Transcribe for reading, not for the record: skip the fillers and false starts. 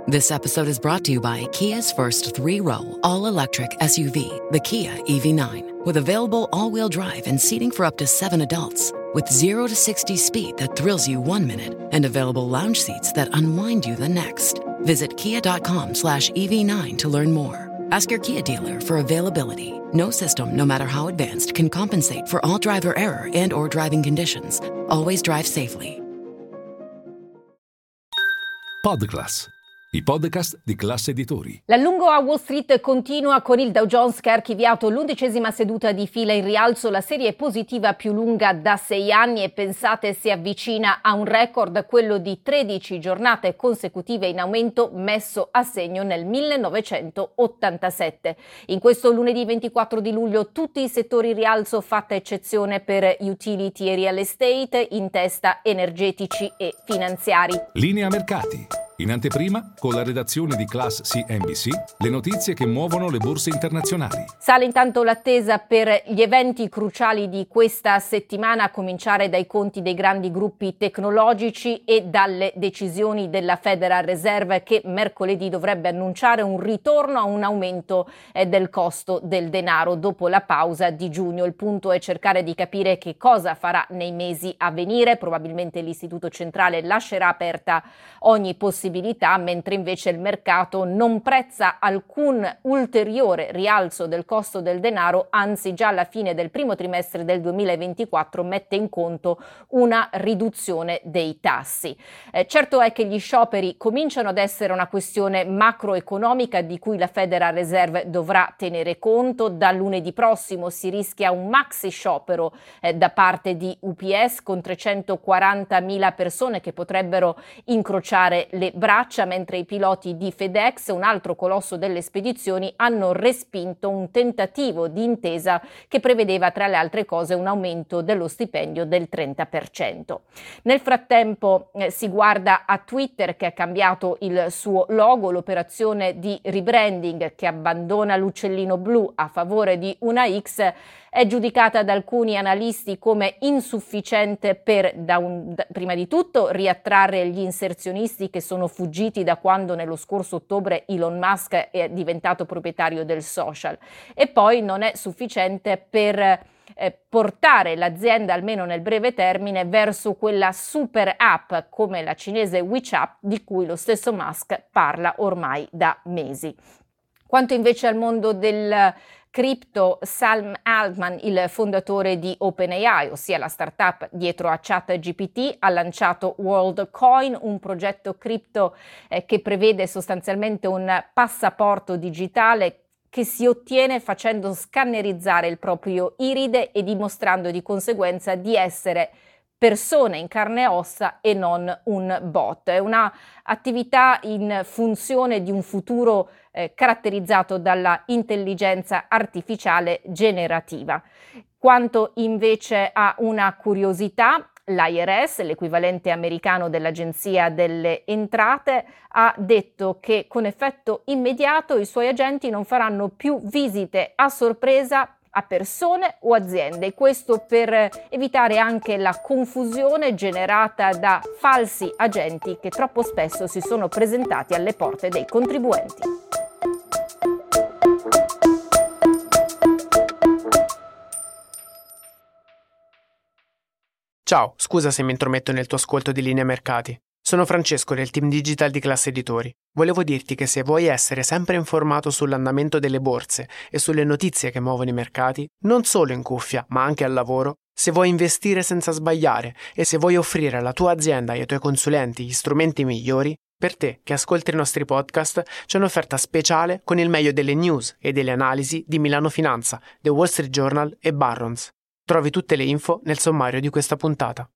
This episode is brought to you by Kia's first three-row, all-electric SUV, the Kia EV9, with available all-wheel drive and seating for up to 7 adults, with 0 to 60 speed that thrills you 1 minute and available lounge seats that unwind you the next. Visit kia.com/EV9 to learn more. Ask your Kia dealer for availability. No system, no matter how advanced, can compensate for all driver error and or driving conditions. Always drive safely. Podclass, i podcast di Classe Editori. L'allungo a Wall Street continua con il Dow Jones che ha archiviato l'11ª seduta di fila in rialzo, la serie positiva più lunga da 6 anni, e pensate si avvicina a un record, quello di 13 giornate consecutive in aumento messo a segno nel 1987. In questo lunedì 24 di luglio tutti i settori in rialzo, fatta eccezione per utility e real estate, in testa energetici e finanziari. Linea mercati. In anteprima, con la redazione di Class CNBC, le notizie che muovono le borse internazionali. Sale intanto l'attesa per gli eventi cruciali di questa settimana, a cominciare dai conti dei grandi gruppi tecnologici e dalle decisioni della Federal Reserve, che mercoledì dovrebbe annunciare un ritorno a un aumento del costo del denaro dopo la pausa di giugno. Il punto è cercare di capire che cosa farà nei mesi a venire. Probabilmente l'Istituto Centrale lascerà aperta ogni possibilità, mentre invece il mercato non prezza alcun ulteriore rialzo del costo del denaro, anzi già alla fine del primo trimestre del 2024 mette in conto una riduzione dei tassi. Certo è che gli scioperi cominciano ad essere una questione macroeconomica di cui la Federal Reserve dovrà tenere conto. Da lunedì prossimo si rischia un maxi sciopero da parte di UPS, con 340.000 persone che potrebbero incrociare le braccia, mentre i piloti di FedEx, un altro colosso delle spedizioni, hanno respinto un tentativo di intesa che prevedeva, tra le altre cose, un aumento dello stipendio del 30%. Nel frattempo si guarda a Twitter, che ha cambiato il suo logo. L'operazione di rebranding, che abbandona l'uccellino blu a favore di una X, è giudicata da alcuni analisti come insufficiente per, prima di tutto, riattrarre gli inserzionisti che sono fuggiti da quando nello scorso ottobre Elon Musk è diventato proprietario del social, e poi non è sufficiente per portare l'azienda, almeno nel breve termine, verso quella super app come la cinese WeChat, di cui lo stesso Musk parla ormai da mesi. Quanto invece al mondo del cripto, Sam Altman, il fondatore di OpenAI, ossia la startup dietro a ChatGPT, ha lanciato WorldCoin, un progetto cripto che prevede sostanzialmente un passaporto digitale che si ottiene facendo scannerizzare il proprio iride e dimostrando di conseguenza di essere persone in carne e ossa e non un bot. È una attività in funzione di un futuro caratterizzato dalla intelligenza artificiale generativa. Quanto invece a una curiosità, l'IRS, l'equivalente americano dell'Agenzia delle Entrate, ha detto che con effetto immediato i suoi agenti non faranno più visite a sorpresa a persone o aziende, questo per evitare anche la confusione generata da falsi agenti che troppo spesso si sono presentati alle porte dei contribuenti. Ciao, scusa se mi intrometto nel tuo ascolto di Linea Mercati. Sono Francesco del team digital di Classe Editori. Volevo dirti che se vuoi essere sempre informato sull'andamento delle borse e sulle notizie che muovono i mercati, non solo in cuffia, ma anche al lavoro, se vuoi investire senza sbagliare e se vuoi offrire alla tua azienda e ai tuoi consulenti gli strumenti migliori, per te che ascolti i nostri podcast c'è un'offerta speciale con il meglio delle news e delle analisi di Milano Finanza, The Wall Street Journal e Barron's. Trovi tutte le info nel sommario di questa puntata.